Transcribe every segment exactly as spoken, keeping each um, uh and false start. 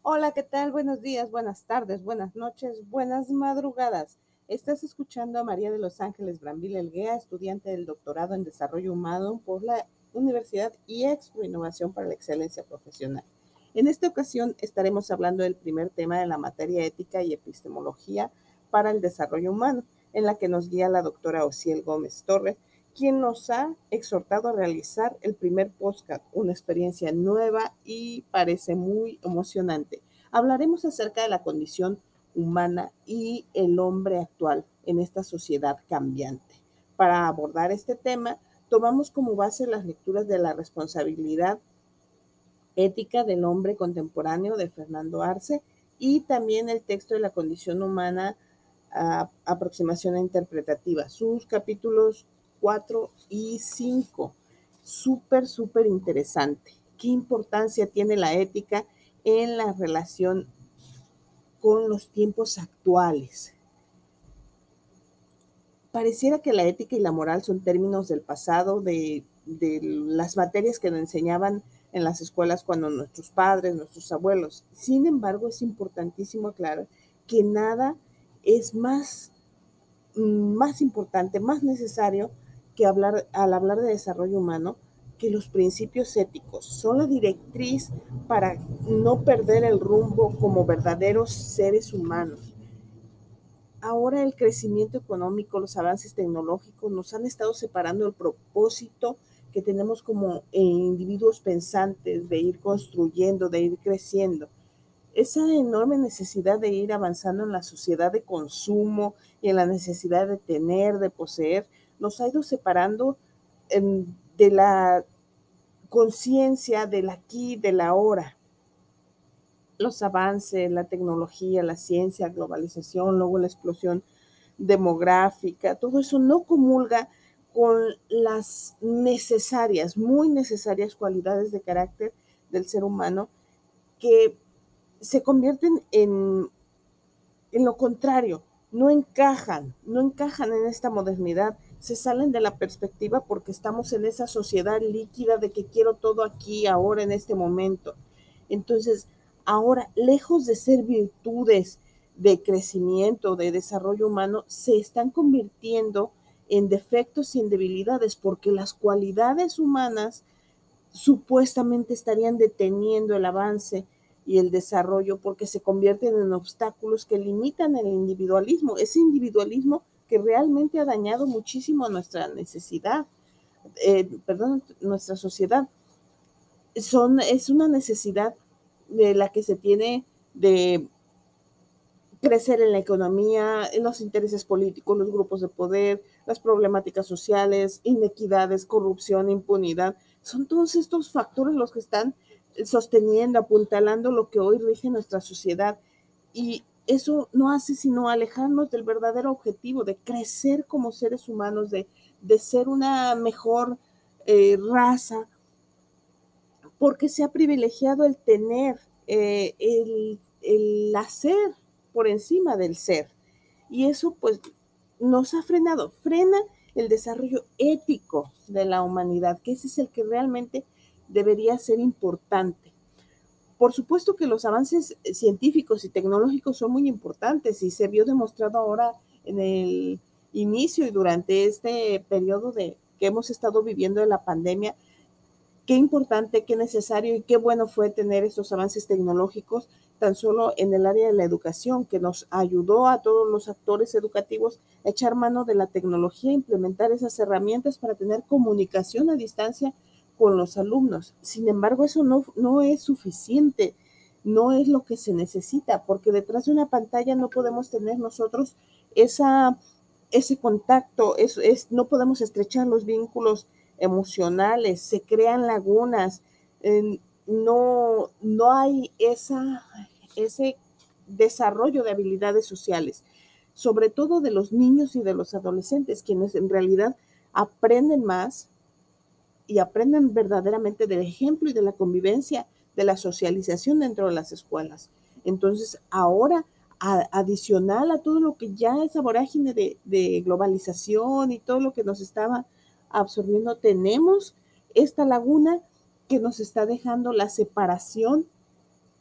Hola, ¿qué tal? Buenos días, buenas tardes, buenas noches, buenas madrugadas. Estás escuchando a María de los Ángeles Brambila Elguea, estudiante del doctorado en Desarrollo Humano por la Universidad I E X P R O Innovación para la Excelencia Profesional. En esta ocasión estaremos hablando del primer tema de la materia ética y epistemología para el desarrollo humano, en la que nos guía la doctora Ociel Gómez Torres, quien nos ha exhortado a realizar el primer podcast, una experiencia nueva y parece muy emocionante. Hablaremos acerca de la condición humana y el hombre actual en esta sociedad cambiante. Para abordar este tema, tomamos como base las lecturas de la responsabilidad ética del hombre contemporáneo de Fernando Arce y también el texto de la condición humana, a, aproximación interpretativa, sus capítulos cuatro y cinco. Súper, súper interesante. ¿Qué importancia tiene la ética en la relación con los tiempos actuales? Pareciera que la ética y la moral son términos del pasado, de, de las materias que nos enseñaban en las escuelas cuando nuestros padres, nuestros abuelos. Sin embargo, es importantísimo aclarar que nada es más, más importante, más necesario que hablar, al hablar de desarrollo humano, que los principios éticos. Son la directriz para no perder el rumbo como verdaderos seres humanos. Ahora el crecimiento económico, los avances tecnológicos nos han estado separando del propósito que tenemos como eh, individuos pensantes de ir construyendo, de ir creciendo. Esa enorme necesidad de ir avanzando en la sociedad de consumo y en la necesidad de tener, de poseer, nos ha ido separando en, de la conciencia del aquí, del ahora. Los avances, la tecnología, la ciencia, globalización, luego la explosión demográfica, todo eso no comulga con las necesarias, muy necesarias cualidades de carácter del ser humano que se convierten en, en lo contrario, no encajan, no encajan en esta modernidad, se salen de la perspectiva porque estamos en esa sociedad líquida de que quiero todo aquí, ahora, en este momento. Entonces, ahora, lejos de ser virtudes de crecimiento, de desarrollo humano, se están convirtiendo en defectos y en debilidades, porque las cualidades humanas supuestamente estarían deteniendo el avance y el desarrollo porque se convierten en obstáculos que limitan el individualismo, ese individualismo que realmente ha dañado muchísimo a nuestra necesidad, eh, perdón, nuestra sociedad. Son, es una necesidad de la que se tiene de crecer en la economía, en los intereses políticos, los grupos de poder, las problemáticas sociales, inequidades, corrupción, impunidad. Son todos estos factores los que están sosteniendo, apuntalando lo que hoy rige nuestra sociedad. Y eso no hace sino alejarnos del verdadero objetivo de crecer como seres humanos, de, de ser una mejor eh, raza, porque se ha privilegiado el tener, eh, el, el hacer por encima del ser. Y eso pues nos ha frenado, frena el desarrollo ético de la humanidad, que ese es el que realmente debería ser importante. Por supuesto que los avances científicos y tecnológicos son muy importantes y se vio demostrado ahora en el inicio y durante este periodo de, que hemos estado viviendo de la pandemia, qué importante, qué necesario y qué bueno fue tener estos avances tecnológicos tan solo en el área de la educación, que nos ayudó a todos los actores educativos a echar mano de la tecnología, implementar esas herramientas para tener comunicación a distancia con los alumnos. Sin embargo, eso no, no es suficiente, no es lo que se necesita, porque detrás de una pantalla no podemos tener nosotros esa, ese contacto, es, es, no podemos estrechar los vínculos emocionales, se crean lagunas, eh, no, no hay esa, ese desarrollo de habilidades sociales, sobre todo de los niños y de los adolescentes, quienes en realidad aprenden más y aprenden verdaderamente del ejemplo y de la convivencia, de la socialización dentro de las escuelas. Entonces, ahora, a, adicional a todo lo que ya esa vorágine de, de globalización y todo lo que nos estaba absorbiendo, tenemos esta laguna que nos está dejando la separación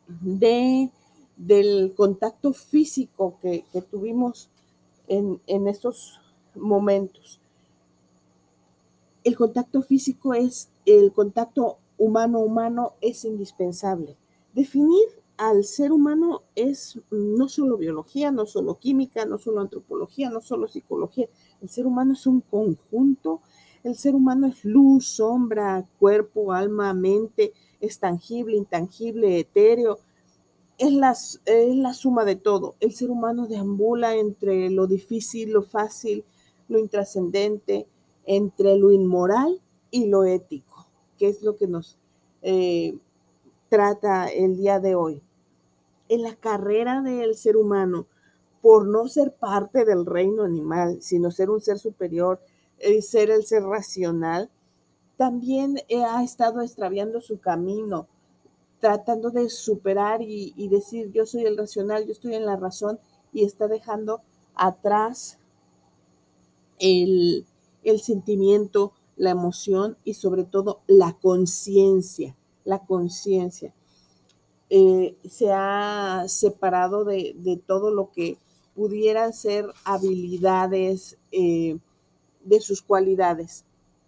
de, del contacto físico que, que tuvimos en, en estos momentos. El contacto físico es, el contacto humano-humano es indispensable. Definir al ser humano es no solo biología, no solo química, no solo antropología, no solo psicología. El ser humano es un conjunto. El ser humano es luz, sombra, cuerpo, alma, mente, es tangible, intangible, etéreo. Es la, es la suma de todo. El ser humano deambula entre lo difícil, lo fácil, lo intrascendente, entre lo inmoral y lo ético, que es lo que nos eh, trata el día de hoy. En la carrera del ser humano, por no ser parte del reino animal, sino ser un ser superior, eh, ser el ser racional, también eh, ha estado extraviando su camino, tratando de superar y, y decir yo soy el racional, yo estoy en la razón, y está dejando atrás el, el sentimiento, la emoción y sobre todo la conciencia, la conciencia. Eh, se ha separado de, de, todo lo que pudieran ser habilidades eh, de sus cualidades.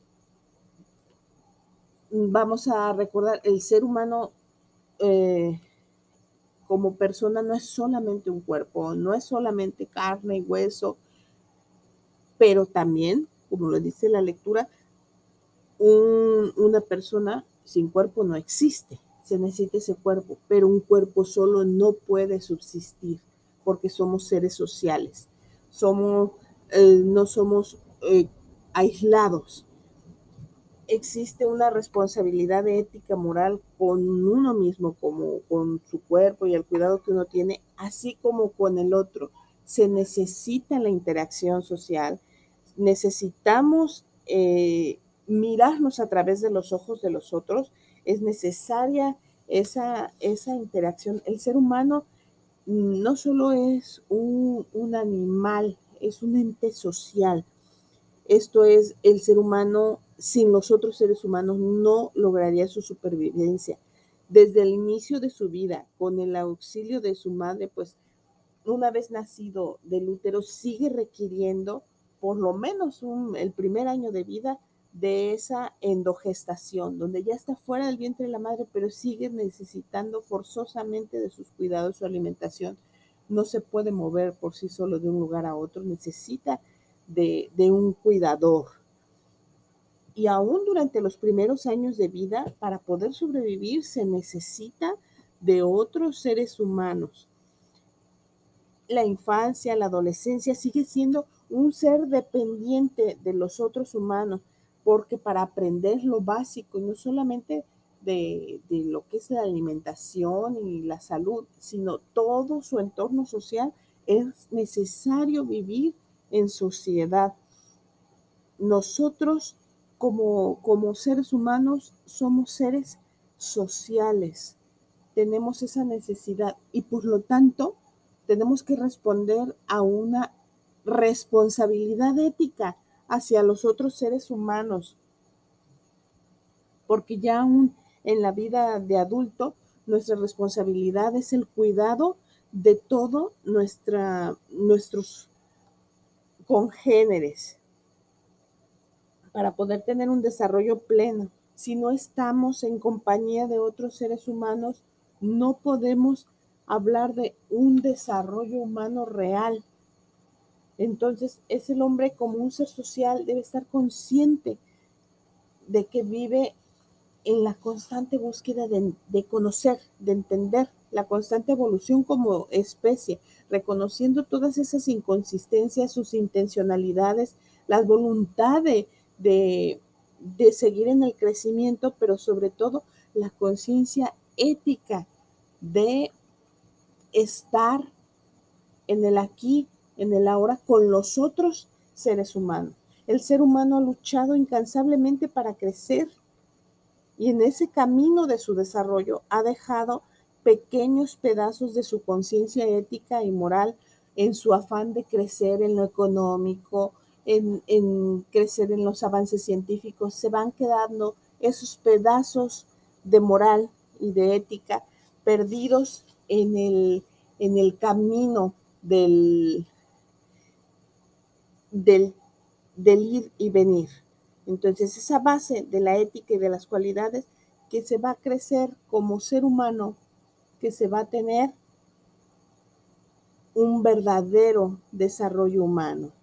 Vamos a recordar, el ser humano eh, como persona no es solamente un cuerpo, no es solamente carne y hueso, pero también, como lo dice la lectura, un, una persona sin cuerpo no existe, se necesita ese cuerpo, pero un cuerpo solo no puede subsistir porque somos seres sociales, somos, eh, no somos eh, aislados. Existe una responsabilidad ética, moral con uno mismo, como con su cuerpo y el cuidado que uno tiene, así como con el otro. Se necesita la interacción social, necesitamos eh, mirarnos a través de los ojos de los otros, es necesaria esa, esa interacción. El ser humano no solo es un, un animal, es un ente social. Esto es, el ser humano sin los otros seres humanos no lograría su supervivencia. Desde el inicio de su vida, con el auxilio de su madre, pues una vez nacido del útero, sigue requiriendo por lo menos un, el primer año de vida de esa endogestación, donde ya está fuera del vientre de la madre, pero sigue necesitando forzosamente de sus cuidados, su alimentación. No se puede mover por sí solo de un lugar a otro, necesita de, de un cuidador. Y aún durante los primeros años de vida, para poder sobrevivir, se necesita de otros seres humanos. La infancia, la adolescencia sigue siendo un ser dependiente de los otros humanos, porque para aprender lo básico, no solamente de, de lo que es la alimentación y la salud, sino todo su entorno social, es necesario vivir en sociedad. Nosotros como, como seres humanos somos seres sociales, tenemos esa necesidad y por lo tanto tenemos que responder a una responsabilidad ética hacia los otros seres humanos, porque ya aún en la vida de adulto nuestra responsabilidad es el cuidado de todos nuestros congéneres para poder tener un desarrollo pleno. Si no estamos en compañía de otros seres humanos, no podemos hablar de un desarrollo humano real. Entonces, es el hombre como un ser social, debe estar consciente de que vive en la constante búsqueda de, de conocer, de entender, la constante evolución como especie, reconociendo todas esas inconsistencias, sus intencionalidades, la voluntad de, de, de seguir en el crecimiento, pero sobre todo la conciencia ética de estar en el aquí, en el ahora, con los otros seres humanos. El ser humano ha luchado incansablemente para crecer y en ese camino de su desarrollo ha dejado pequeños pedazos de su conciencia ética y moral en su afán de crecer en lo económico, en, en crecer en los avances científicos. Se van quedando esos pedazos de moral y de ética, perdidos en el, en el camino del, del, del ir y venir. Entonces, esa base de la ética y de las cualidades que se va a crecer como ser humano, que se va a tener un verdadero desarrollo humano.